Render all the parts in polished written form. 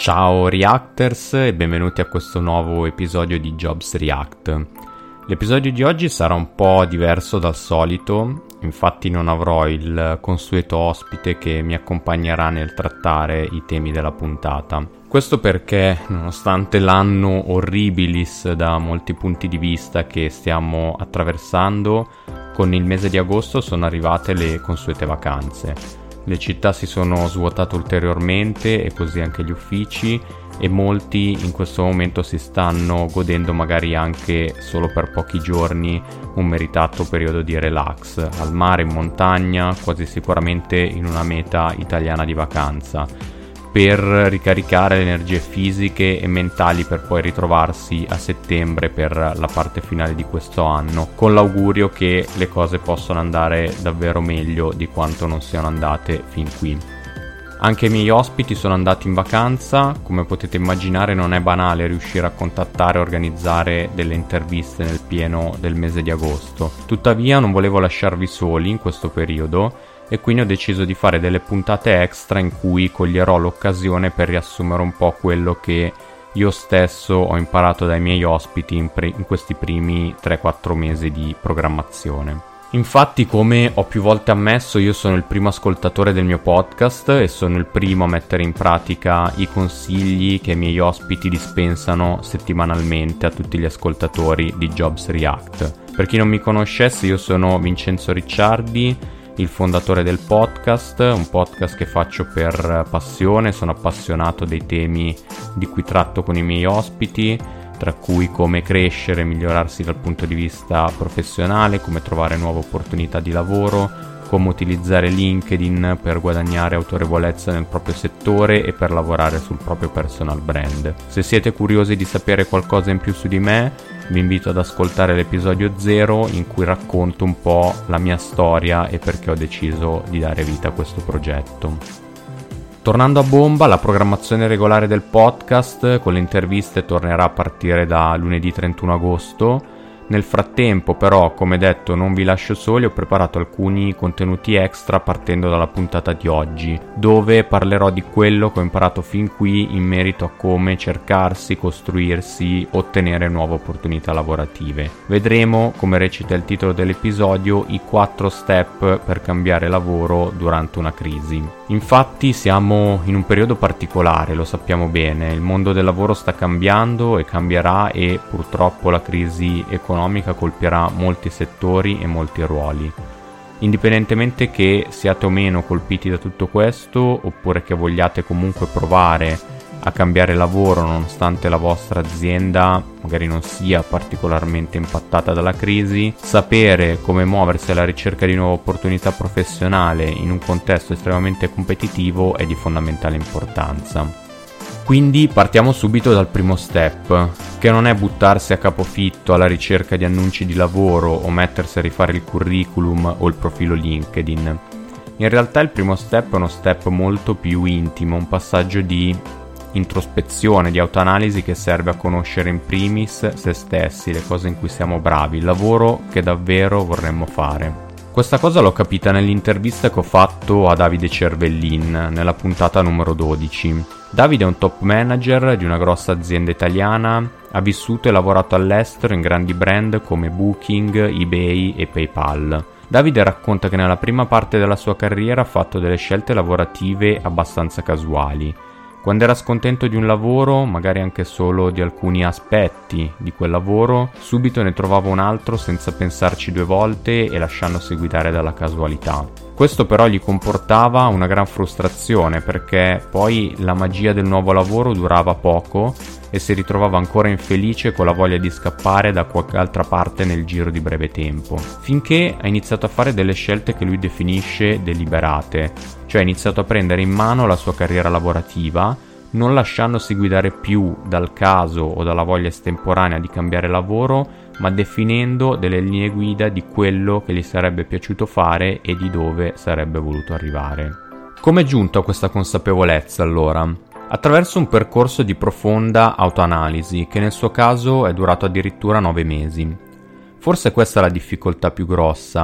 Ciao Reactors e benvenuti a questo nuovo episodio di Jobs React. L'episodio di oggi sarà un po' diverso dal solito, infatti non avrò il consueto ospite che mi accompagnerà nel trattare i temi della puntata. Questo perché, nonostante l'anno horribilis da molti punti di vista che stiamo attraversando, con il mese di agosto sono arrivate le consuete vacanze. Le città si sono svuotate ulteriormente e così anche gli uffici, e molti in questo momento si stanno godendo magari anche solo per pochi giorni un meritato periodo di relax, al mare, in montagna, quasi sicuramente in una meta italiana di vacanza, per ricaricare le energie fisiche e mentali per poi ritrovarsi a settembre per la parte finale di questo anno, con l'augurio che le cose possano andare davvero meglio di quanto non siano andate fin qui. Anche i miei ospiti sono andati in vacanza. Come potete immaginare non è banale riuscire a contattare e organizzare delle interviste nel pieno del mese di agosto. Tuttavia non volevo lasciarvi soli in questo periodo e quindi ho deciso di fare delle puntate extra in cui coglierò l'occasione per riassumere un po' quello che io stesso ho imparato dai miei ospiti in questi primi 3-4 mesi di programmazione. Infatti, come ho più volte ammesso, io sono il primo ascoltatore del mio podcast e sono il primo a mettere in pratica i consigli che i miei ospiti dispensano settimanalmente a tutti gli ascoltatori di Jobs React. Per chi non mi conoscesse, io sono Vincenzo Ricciardi, il fondatore del podcast, un podcast che faccio per passione. Sono appassionato dei temi di cui tratto con i miei ospiti, tra cui come crescere e migliorarsi dal punto di vista professionale, come trovare nuove opportunità di lavoro, come utilizzare LinkedIn per guadagnare autorevolezza nel proprio settore e per lavorare sul proprio personal brand. Se siete curiosi di sapere qualcosa in più su di me, vi invito ad ascoltare l'episodio 0 in cui racconto un po' la mia storia e perché ho deciso di dare vita a questo progetto. Tornando a bomba, la programmazione regolare del podcast con le interviste tornerà a partire da lunedì 31 agosto. Nel frattempo però, come detto, non vi lascio soli, ho preparato alcuni contenuti extra partendo dalla puntata di oggi, dove parlerò di quello che ho imparato fin qui in merito a come cercarsi, costruirsi, ottenere nuove opportunità lavorative. Vedremo, come recita il titolo dell'episodio, i 4 step per cambiare lavoro durante una crisi. Infatti siamo in un periodo particolare, lo sappiamo bene, il mondo del lavoro sta cambiando e cambierà e purtroppo la crisi economica colpirà molti settori e molti ruoli. Indipendentemente che siate o meno colpiti da tutto questo, oppure che vogliate comunque provare a cambiare lavoro nonostante la vostra azienda magari non sia particolarmente impattata dalla crisi, sapere come muoversi alla ricerca di nuove opportunità professionali in un contesto estremamente competitivo è di fondamentale importanza. Quindi partiamo subito dal primo step, che non è buttarsi a capofitto alla ricerca di annunci di lavoro o mettersi a rifare il curriculum o il profilo LinkedIn. In realtà il primo step è uno step molto più intimo, un passaggio di introspezione, di autoanalisi che serve a conoscere in primis se stessi, le cose in cui siamo bravi, il lavoro che davvero vorremmo fare. Questa cosa l'ho capita nell'intervista che ho fatto a Davide Cervellin nella puntata numero 12. Davide è un top manager di una grossa azienda italiana, ha vissuto e lavorato all'estero in grandi brand come Booking, eBay e PayPal. Davide racconta che nella prima parte della sua carriera ha fatto delle scelte lavorative abbastanza casuali. Quando era scontento di un lavoro, magari anche solo di alcuni aspetti di quel lavoro, subito ne trovava un altro senza pensarci 2 volte e lasciandosi guidare dalla casualità. Questo però gli comportava una gran frustrazione perché poi la magia del nuovo lavoro durava poco e si ritrovava ancora infelice con la voglia di scappare da qualche altra parte nel giro di breve tempo. Finché ha iniziato a fare delle scelte che lui definisce deliberate, cioè ha iniziato a prendere in mano la sua carriera lavorativa, non lasciandosi guidare più dal caso o dalla voglia estemporanea di cambiare lavoro, ma definendo delle linee guida di quello che gli sarebbe piaciuto fare e di dove sarebbe voluto arrivare. Come è giunto a questa consapevolezza allora? Attraverso un percorso di profonda autoanalisi che nel suo caso è durato addirittura 9 mesi. Forse questa è la difficoltà più grossa,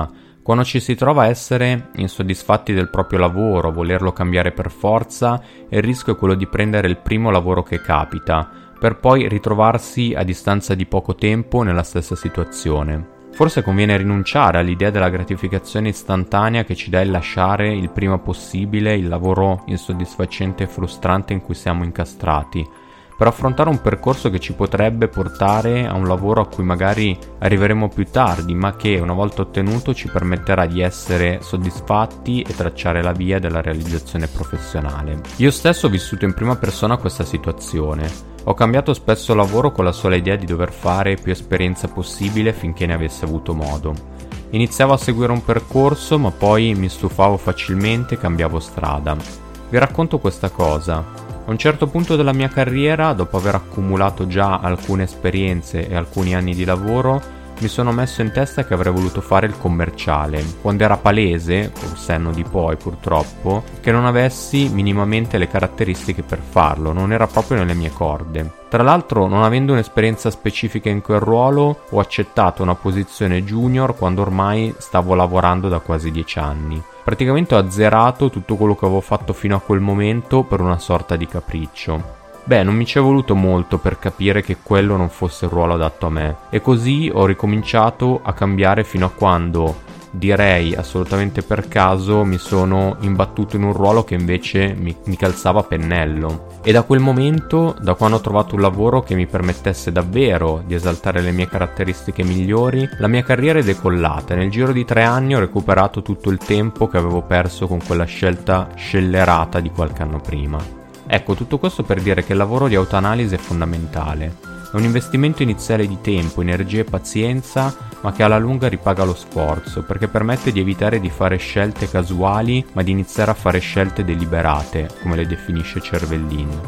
Quando ci si trova a essere insoddisfatti del proprio lavoro, volerlo cambiare per forza, il rischio è quello di prendere il primo lavoro che capita, per poi ritrovarsi a distanza di poco tempo nella stessa situazione. Forse conviene rinunciare all'idea della gratificazione istantanea che ci dà il lasciare il prima possibile il lavoro insoddisfacente e frustrante in cui siamo incastrati, per affrontare un percorso che ci potrebbe portare a un lavoro a cui magari arriveremo più tardi, ma che una volta ottenuto ci permetterà di essere soddisfatti e tracciare la via della realizzazione professionale. Io stesso ho vissuto in prima persona questa situazione. Ho cambiato spesso lavoro con la sola idea di dover fare più esperienza possibile finché ne avessi avuto modo. Iniziavo a seguire un percorso, ma poi mi stufavo facilmente e cambiavo strada. Vi racconto questa cosa. A un certo punto della mia carriera, dopo aver accumulato già alcune esperienze e alcuni anni di lavoro, mi sono messo in testa che avrei voluto fare il commerciale, quando era palese, col senno di poi purtroppo, che non avessi minimamente le caratteristiche per farlo, non era proprio nelle mie corde. Tra l'altro, non avendo un'esperienza specifica in quel ruolo, ho accettato una posizione junior quando ormai stavo lavorando da quasi 10 anni. Praticamente ho azzerato tutto quello che avevo fatto fino a quel momento per una sorta di capriccio. Beh, non mi ci è voluto molto per capire che quello non fosse il ruolo adatto a me, e così ho ricominciato a cambiare fino a quando, direi assolutamente per caso, mi sono imbattuto in un ruolo che invece mi calzava a pennello. E da quel momento, da quando ho trovato un lavoro che mi permettesse davvero di esaltare le mie caratteristiche migliori, la mia carriera è decollata e nel giro di 3 anni ho recuperato tutto il tempo che avevo perso con quella scelta scellerata di qualche anno prima. Ecco, tutto questo per dire che il lavoro di autoanalisi è fondamentale. È un investimento iniziale di tempo, energia e pazienza, ma che alla lunga ripaga lo sforzo, perché permette di evitare di fare scelte casuali, ma di iniziare a fare scelte deliberate, come le definisce Cervellini.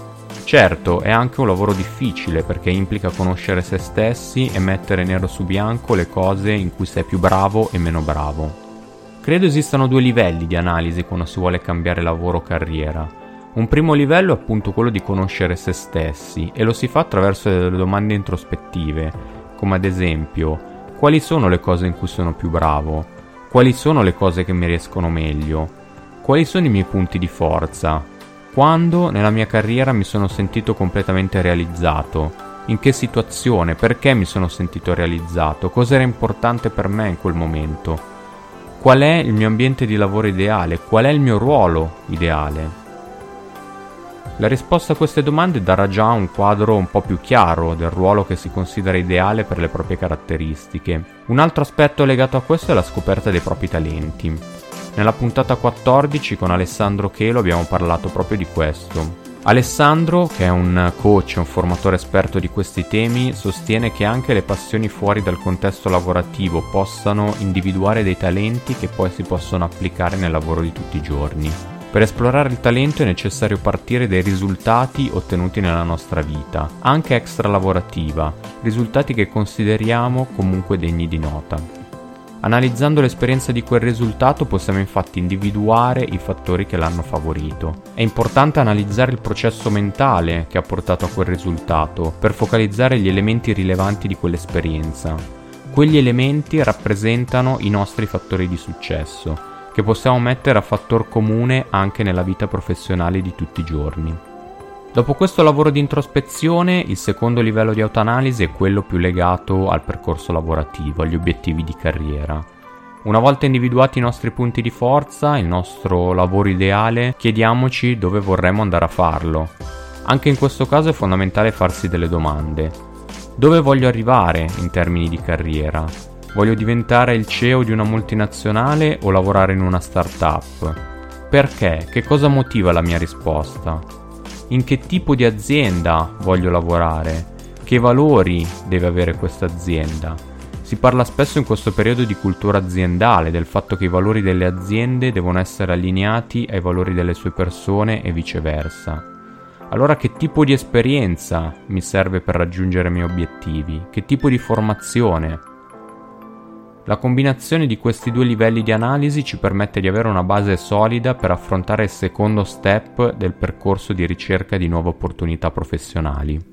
Certo, è anche un lavoro difficile, perché implica conoscere se stessi e mettere nero su bianco le cose in cui sei più bravo e meno bravo. Credo esistano 2 livelli di analisi quando si vuole cambiare lavoro o carriera. Un primo livello è appunto quello di conoscere se stessi e lo si fa attraverso delle domande introspettive, come ad esempio: quali sono le cose in cui sono più bravo? Quali sono le cose che mi riescono meglio? Quali sono i miei punti di forza? Quando nella mia carriera mi sono sentito completamente realizzato? In che situazione? Perché mi sono sentito realizzato? Cosa era importante per me in quel momento? Qual è il mio ambiente di lavoro ideale? Qual è il mio ruolo ideale? La risposta a queste domande darà già un quadro un po' più chiaro del ruolo che si considera ideale per le proprie caratteristiche. Un altro aspetto legato a questo è la scoperta dei propri talenti. Nella puntata 14 con Alessandro Chelo abbiamo parlato proprio di questo. Alessandro, che è un coach e un formatore esperto di questi temi, sostiene che anche le passioni fuori dal contesto lavorativo possano individuare dei talenti che poi si possono applicare nel lavoro di tutti i giorni. Per esplorare il talento è necessario partire dai risultati ottenuti nella nostra vita, anche extra lavorativa, risultati che consideriamo comunque degni di nota. Analizzando l'esperienza di quel risultato possiamo infatti individuare i fattori che l'hanno favorito. È importante analizzare il processo mentale che ha portato a quel risultato, per focalizzare gli elementi rilevanti di quell'esperienza. Quegli elementi rappresentano i nostri fattori di successo, che possiamo mettere a fattor comune anche nella vita professionale di tutti i giorni. Dopo questo lavoro di introspezione, il secondo livello di autoanalisi è quello più legato al percorso lavorativo, agli obiettivi di carriera. Una volta individuati i nostri punti di forza, il nostro lavoro ideale, chiediamoci dove vorremmo andare a farlo. Anche in questo caso è fondamentale farsi delle domande. Dove voglio arrivare in termini di carriera? Voglio diventare il CEO di una multinazionale o lavorare in una startup? Perché? Che cosa motiva la mia risposta? In che tipo di azienda voglio lavorare? Che valori deve avere questa azienda? Si parla spesso in questo periodo di cultura aziendale, del fatto che i valori delle aziende devono essere allineati ai valori delle sue persone e viceversa. Allora che tipo di esperienza mi serve per raggiungere i miei obiettivi? Che tipo di formazione? La combinazione di questi 2 livelli di analisi ci permette di avere una base solida per affrontare il secondo step del percorso di ricerca di nuove opportunità professionali.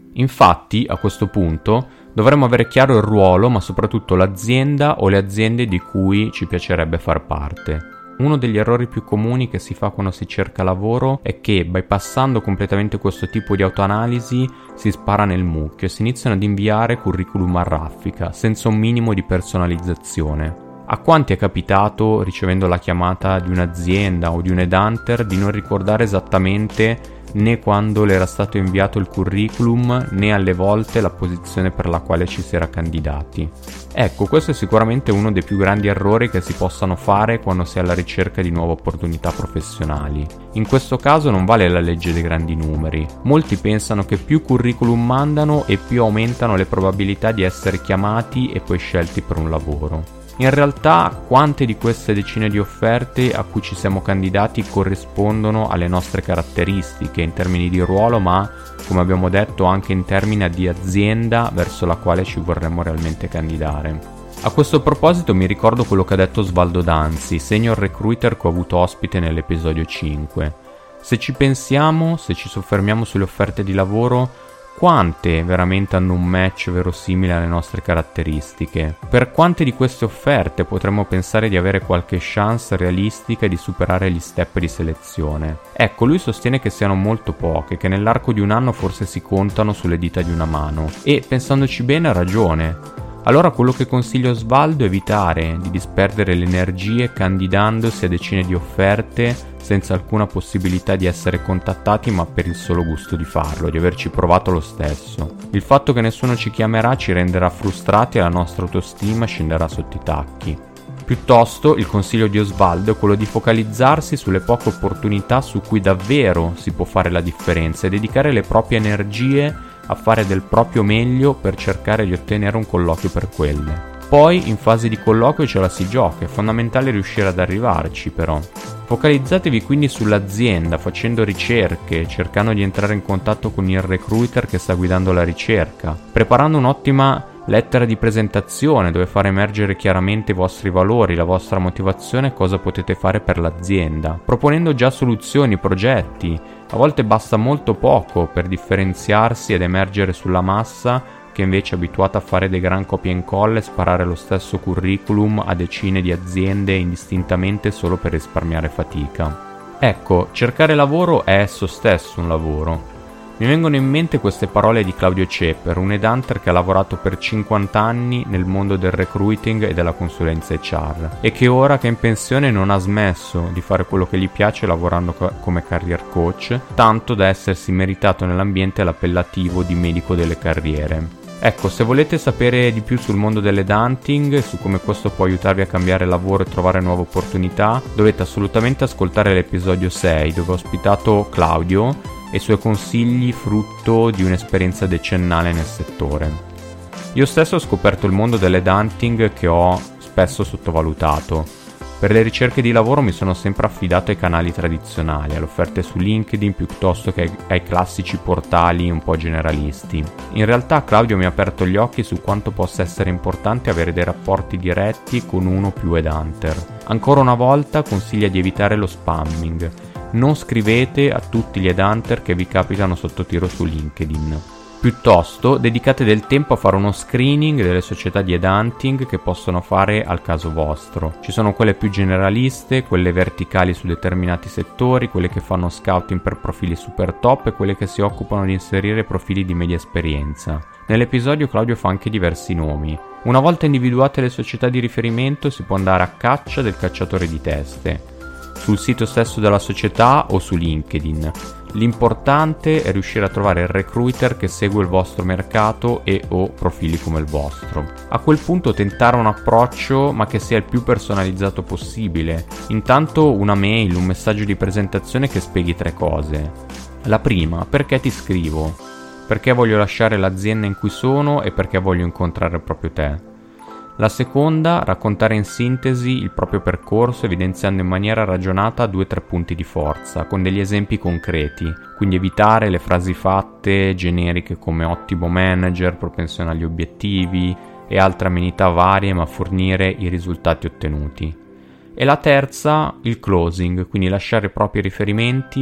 Infatti, a questo punto, dovremmo avere chiaro il ruolo, ma soprattutto l'azienda o le aziende di cui ci piacerebbe far parte. Uno degli errori più comuni che si fa quando si cerca lavoro è che, bypassando completamente questo tipo di autoanalisi, si spara nel mucchio e si iniziano ad inviare curriculum a raffica, senza un minimo di personalizzazione. A quanti è capitato, ricevendo la chiamata di un'azienda o di un headhunter, di non ricordare esattamente né quando le era stato inviato il curriculum, né alle volte la posizione per la quale ci si era candidati? Ecco, questo è sicuramente uno dei più grandi errori che si possano fare quando si è alla ricerca di nuove opportunità professionali. In questo caso non vale la legge dei grandi numeri. Molti pensano che più curriculum mandano e più aumentano le probabilità di essere chiamati e poi scelti per un lavoro. In realtà, quante di queste decine di offerte a cui ci siamo candidati corrispondono alle nostre caratteristiche in termini di ruolo, ma, come abbiamo detto, anche in termini di azienda verso la quale ci vorremmo realmente candidare? A questo proposito mi ricordo quello che ha detto Osvaldo Danzi, senior recruiter che ho avuto ospite nell'episodio 5. Se ci pensiamo, se ci soffermiamo sulle offerte di lavoro, quante veramente hanno un match verosimile alle nostre caratteristiche? Per quante di queste offerte potremmo pensare di avere qualche chance realistica di superare gli step di selezione? Ecco, lui sostiene che siano molto poche, che nell'arco di un anno forse si contano sulle dita di una mano. E, pensandoci bene, ha ragione. Allora quello che consiglio a Osvaldo è evitare di disperdere le energie candidandosi a decine di offerte senza alcuna possibilità di essere contattati, ma per il solo gusto di farlo, di averci provato lo stesso. Il fatto che nessuno ci chiamerà ci renderà frustrati e la nostra autostima scenderà sotto i tacchi. Piuttosto, il consiglio di Osvaldo è quello di focalizzarsi sulle poche opportunità su cui davvero si può fare la differenza e dedicare le proprie energie a fare del proprio meglio per cercare di ottenere un colloquio per quelle. Poi, in fase di colloquio ce la si gioca, è fondamentale riuscire ad arrivarci però. Focalizzatevi quindi sull'azienda, facendo ricerche, cercando di entrare in contatto con il recruiter che sta guidando la ricerca, preparando un'ottima lettera di presentazione dove far emergere chiaramente i vostri valori, la vostra motivazione e cosa potete fare per l'azienda, proponendo già soluzioni, progetti. A volte basta molto poco per differenziarsi ed emergere sulla massa che invece è abituata a fare dei gran copia e incolla e sparare lo stesso curriculum a decine di aziende indistintamente solo per risparmiare fatica. Ecco, cercare lavoro è esso stesso un lavoro. Mi vengono in mente queste parole di Claudio Cepper, un headhunter che ha lavorato per 50 anni nel mondo del recruiting e della consulenza HR e che ora che è in pensione non ha smesso di fare quello che gli piace lavorando come career coach, tanto da essersi meritato nell'ambiente l'appellativo di medico delle carriere. Ecco, se volete sapere di più sul mondo dell'headhunting e su come questo può aiutarvi a cambiare lavoro e trovare nuove opportunità, dovete assolutamente ascoltare l'episodio 6 dove ho ospitato Claudio e i suoi consigli frutto di un'esperienza decennale nel settore. Io stesso ho scoperto il mondo dell'headhunting che ho spesso sottovalutato. Per le ricerche di lavoro mi sono sempre affidato ai canali tradizionali, alle offerte su LinkedIn piuttosto che ai classici portali un po' generalisti. In realtà Claudio mi ha aperto gli occhi su quanto possa essere importante avere dei rapporti diretti con uno o più headhunter. Ancora una volta consiglia di evitare lo spamming. Non scrivete a tutti gli headhunter che vi capitano sotto tiro su LinkedIn. Piuttosto dedicate del tempo a fare uno screening delle società di headhunting che possono fare al caso vostro. Ci sono quelle più generaliste, quelle verticali su determinati settori, quelle che fanno scouting per profili super top e quelle che si occupano di inserire profili di media esperienza. Nell'episodio Claudio fa anche diversi nomi. Una volta individuate le società di riferimento si può andare a caccia del cacciatore di teste, sul sito stesso della società o su LinkedIn. L'importante è riuscire a trovare il recruiter che segue il vostro mercato e o profili come il vostro. A quel punto tentare un approccio ma che sia il più personalizzato possibile. Intanto una mail, un messaggio di presentazione che spieghi 3 cose. La prima, perché ti scrivo? Perché voglio lasciare l'azienda in cui sono e perché voglio incontrare proprio te. La seconda, raccontare in sintesi il proprio percorso evidenziando in maniera ragionata 2-3 punti di forza, con degli esempi concreti, quindi evitare le frasi fatte generiche come ottimo manager, propensione agli obiettivi e altre amenità varie, ma fornire i risultati ottenuti. E la terza, il closing, quindi lasciare i propri riferimenti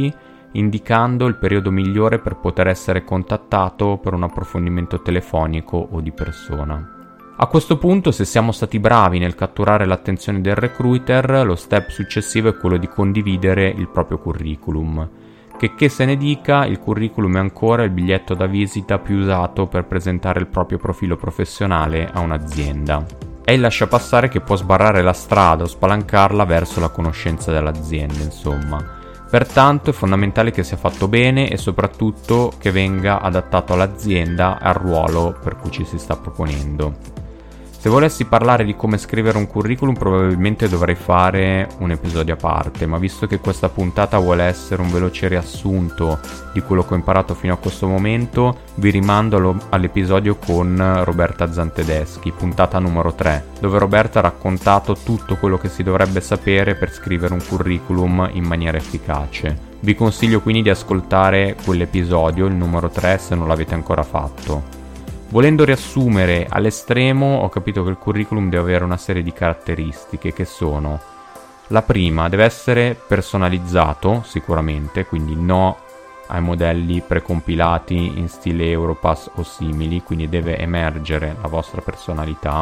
indicando il periodo migliore per poter essere contattato per un approfondimento telefonico o di persona. A questo punto, se siamo stati bravi nel catturare l'attenzione del recruiter, lo step successivo è quello di condividere il proprio curriculum. Che se ne dica, il curriculum è ancora il biglietto da visita più usato per presentare il proprio profilo professionale a un'azienda. È il lasciapassare che può sbarrare la strada o spalancarla verso la conoscenza dell'azienda, insomma. Pertanto è fondamentale che sia fatto bene e soprattutto che venga adattato all'azienda e al ruolo per cui ci si sta proponendo. Se volessi parlare di come scrivere un curriculum probabilmente dovrei fare un episodio a parte, ma visto che questa puntata vuole essere un veloce riassunto di quello che ho imparato fino a questo momento, vi rimando all'episodio con Roberta Zantedeschi, puntata numero 3, dove Roberta ha raccontato tutto quello che si dovrebbe sapere per scrivere un curriculum in maniera efficace. Vi consiglio quindi di ascoltare quell'episodio, il numero 3, se non l'avete ancora fatto. Volendo riassumere all'estremo, ho capito che il curriculum deve avere una serie di caratteristiche che sono: la prima, deve essere personalizzato sicuramente, quindi no ai modelli precompilati in stile Europass o simili, quindi deve emergere la vostra personalità.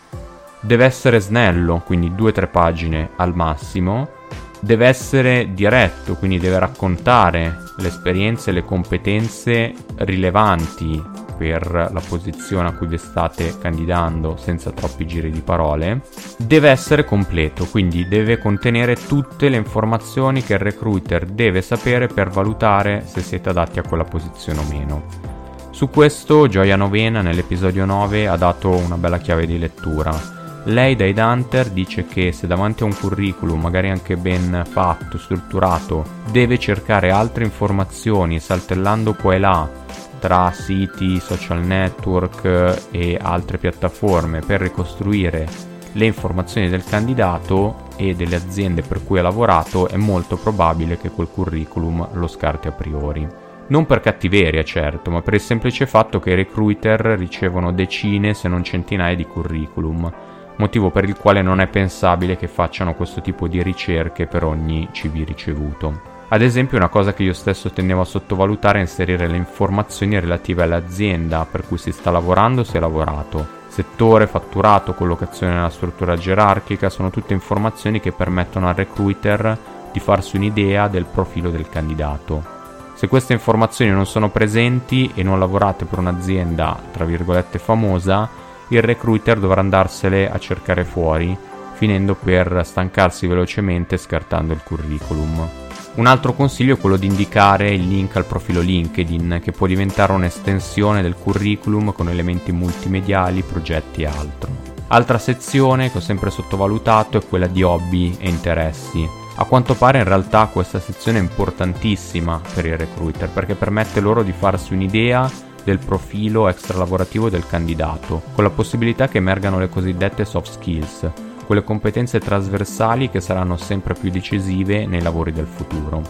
Deve essere snello, quindi 2-3 pagine al massimo. Deve essere diretto, quindi deve raccontare le esperienze e le competenze rilevanti per la posizione a cui vi state candidando senza troppi giri di parole. Deve essere completo, quindi deve contenere tutte le informazioni che il recruiter deve sapere per valutare se siete adatti a quella posizione o meno. Su questo Gioia Novena nell'episodio 9 ha dato una bella chiave di lettura. Lei da Headhunter dice che se davanti a un curriculum, magari anche ben fatto, strutturato, deve cercare altre informazioni saltellando qua e là tra siti, social network e altre piattaforme per ricostruire le informazioni del candidato e delle aziende per cui ha lavorato, è molto probabile che quel curriculum lo scarti a priori. Non per cattiveria, certo, ma per il semplice fatto che i recruiter ricevono decine se non centinaia di curriculum, motivo per il quale non è pensabile che facciano questo tipo di ricerche per ogni CV ricevuto. Ad esempio, una cosa che io stesso tendevo a sottovalutare è inserire le informazioni relative all'azienda per cui si sta lavorando o si è lavorato. Settore, fatturato, collocazione nella struttura gerarchica sono tutte informazioni che permettono al recruiter di farsi un'idea del profilo del candidato. Se queste informazioni non sono presenti e non lavorate per un'azienda, tra virgolette, famosa, il recruiter dovrà andarsele a cercare fuori, finendo per stancarsi velocemente scartando il curriculum. Un altro consiglio è quello di indicare il link al profilo LinkedIn, che può diventare un'estensione del curriculum con elementi multimediali, progetti e altro. Altra sezione che ho sempre sottovalutato è quella di hobby e interessi. A quanto pare in realtà questa sezione è importantissima per il recruiter perché permette loro di farsi un'idea del profilo extralavorativo del candidato, con la possibilità che emergano le cosiddette soft skills, quelle competenze trasversali che saranno sempre più decisive nei lavori del futuro.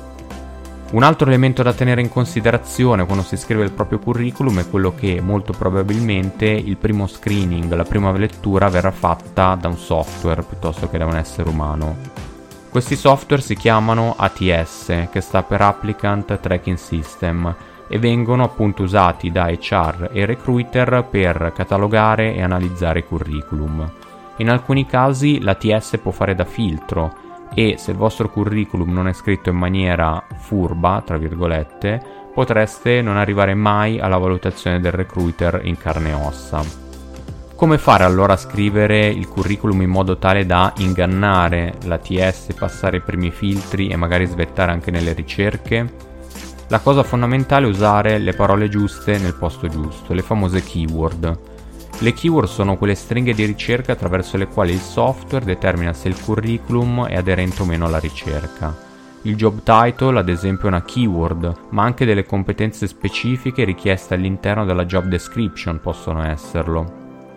Un altro elemento da tenere in considerazione quando si scrive il proprio curriculum è quello che molto probabilmente il primo screening, la prima lettura verrà fatta da un software piuttosto che da un essere umano. Questi software si chiamano ATS, che sta per Applicant Tracking System, e vengono appunto usati da HR e recruiter per catalogare e analizzare i curriculum. In alcuni casi l'ATS può fare da filtro e se il vostro curriculum non è scritto in maniera furba, tra virgolette, potreste non arrivare mai alla valutazione del recruiter in carne e ossa. Come fare allora a scrivere il curriculum in modo tale da ingannare l'ATS, passare i primi filtri e magari svettare anche nelle ricerche? La cosa fondamentale è usare le parole giuste nel posto giusto, le famose keyword. Le keyword sono quelle stringhe di ricerca attraverso le quali il software determina se il curriculum è aderente o meno alla ricerca. Il job title, ad esempio, è una keyword, ma anche delle competenze specifiche richieste all'interno della job description possono esserlo.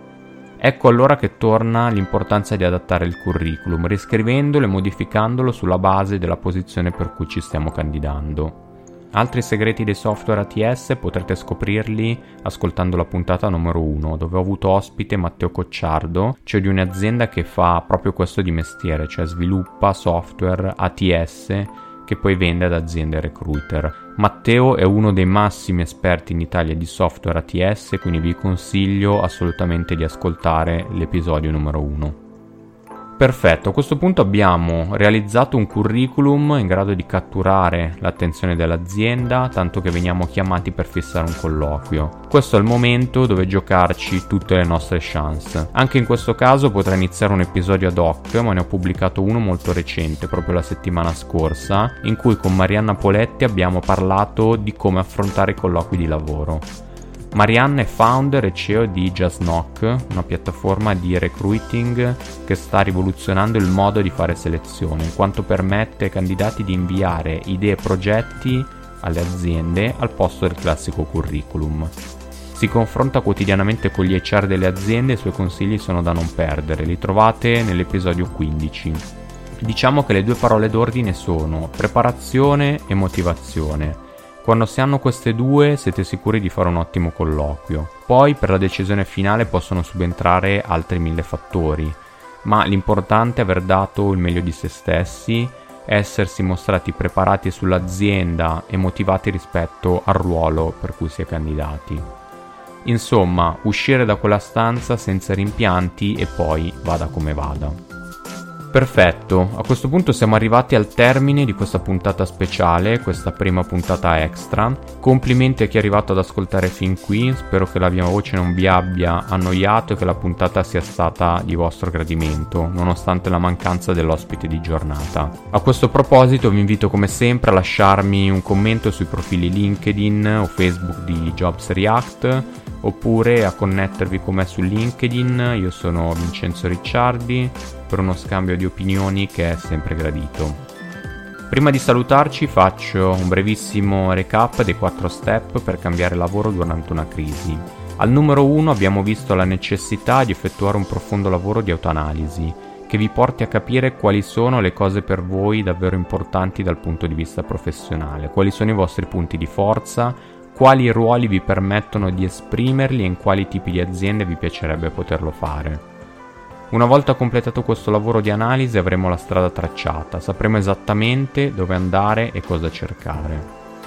Ecco allora che torna l'importanza di adattare il curriculum, riscrivendolo e modificandolo sulla base della posizione per cui ci stiamo candidando. Altri segreti dei software ATS potrete scoprirli ascoltando la puntata numero 1, dove ho avuto ospite Matteo Cocciardo, cioè di un'azienda che fa proprio questo di mestiere, cioè sviluppa software ATS che poi vende ad aziende recruiter. Matteo è uno dei massimi esperti in Italia di software ATS, quindi vi consiglio assolutamente di ascoltare l'episodio numero 1. Perfetto, a questo punto abbiamo realizzato un curriculum in grado di catturare l'attenzione dell'azienda, tanto che veniamo chiamati per fissare un colloquio. Questo è il momento dove giocarci tutte le nostre chance. Anche in questo caso potrei iniziare un episodio ad hoc, ma ne ho pubblicato uno molto recente, proprio la settimana scorsa, in cui con Marianna Poletti abbiamo parlato di come affrontare i colloqui di lavoro. Marianna è founder e CEO di JustKnock, una piattaforma di recruiting che sta rivoluzionando il modo di fare selezione, in quanto permette ai candidati di inviare idee e progetti alle aziende al posto del classico curriculum. Si confronta quotidianamente con gli HR delle aziende e i suoi consigli sono da non perdere, li trovate nell'episodio 15. Diciamo che le due parole d'ordine sono preparazione e motivazione. Quando si hanno queste due siete sicuri di fare un ottimo colloquio. Poi per la decisione finale possono subentrare altri 1000 fattori, ma l'importante è aver dato il meglio di se stessi, essersi mostrati preparati sull'azienda e motivati rispetto al ruolo per cui si è candidati. Insomma, uscire da quella stanza senza rimpianti e poi vada come vada. Perfetto, a questo punto siamo arrivati al termine di questa puntata speciale, questa prima puntata extra. Complimenti a chi è arrivato ad ascoltare fin qui, spero che la mia voce non vi abbia annoiato e che la puntata sia stata di vostro gradimento, nonostante la mancanza dell'ospite di giornata. A questo proposito vi invito come sempre a lasciarmi un commento sui profili LinkedIn o Facebook di Jobs React, oppure a connettervi con me su LinkedIn. Io sono Vincenzo Ricciardi, per uno scambio di opinioni che è sempre gradito. Prima di salutarci faccio un brevissimo recap dei 4 step per cambiare lavoro durante una crisi. Al numero 1 abbiamo visto la necessità di effettuare un profondo lavoro di autoanalisi che vi porti a capire quali sono le cose per voi davvero importanti dal punto di vista professionale, quali sono i vostri punti di forza, quali ruoli vi permettono di esprimerli e in quali tipi di aziende vi piacerebbe poterlo fare. Una volta completato questo lavoro di analisi avremo la strada tracciata, sapremo esattamente dove andare e cosa cercare.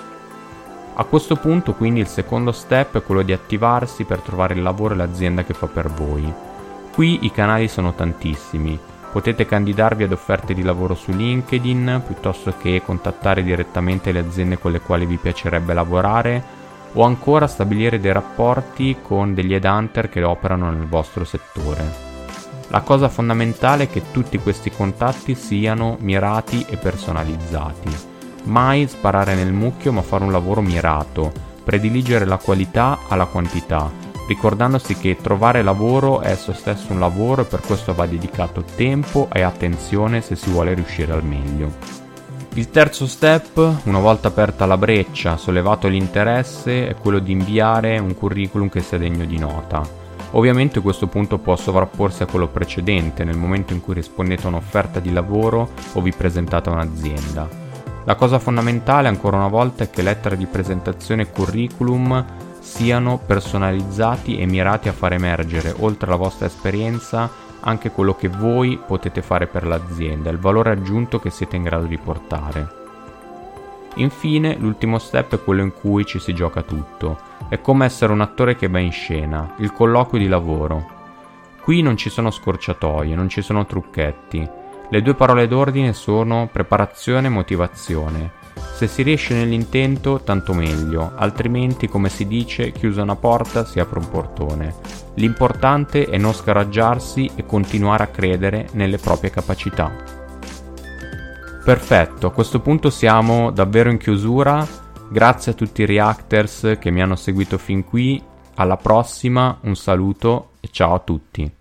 A questo punto quindi il secondo step è quello di attivarsi per trovare il lavoro e l'azienda che fa per voi. Qui i canali sono tantissimi, potete candidarvi ad offerte di lavoro su LinkedIn piuttosto che contattare direttamente le aziende con le quali vi piacerebbe lavorare o ancora stabilire dei rapporti con degli headhunter che operano nel vostro settore. La cosa fondamentale è che tutti questi contatti siano mirati e personalizzati. Mai sparare nel mucchio, ma fare un lavoro mirato, prediligere la qualità alla quantità, ricordandosi che trovare lavoro è esso stesso un lavoro e per questo va dedicato tempo e attenzione se si vuole riuscire al meglio. Il terzo step, una volta aperta la breccia, sollevato l'interesse, è quello di inviare un curriculum che sia degno di nota. Ovviamente questo punto può sovrapporsi a quello precedente nel momento in cui rispondete a un'offerta di lavoro o vi presentate a un'azienda. La cosa fondamentale ancora una volta è che lettera di presentazione e curriculum siano personalizzati e mirati a far emergere, oltre alla vostra esperienza, anche quello che voi potete fare per l'azienda, il valore aggiunto che siete in grado di portare. Infine, l'ultimo step è quello in cui ci si gioca tutto. È come essere un attore che va in scena, il colloquio di lavoro. Qui non ci sono scorciatoie, non ci sono trucchetti. Le due parole d'ordine sono preparazione e motivazione. Se si riesce nell'intento, tanto meglio, altrimenti, come si dice, chiusa una porta si apre un portone. L'importante è non scoraggiarsi e continuare a credere nelle proprie capacità. Perfetto, a questo punto siamo davvero in chiusura. Grazie a tutti i Reactors che mi hanno seguito fin qui. Alla prossima, un saluto e ciao a tutti.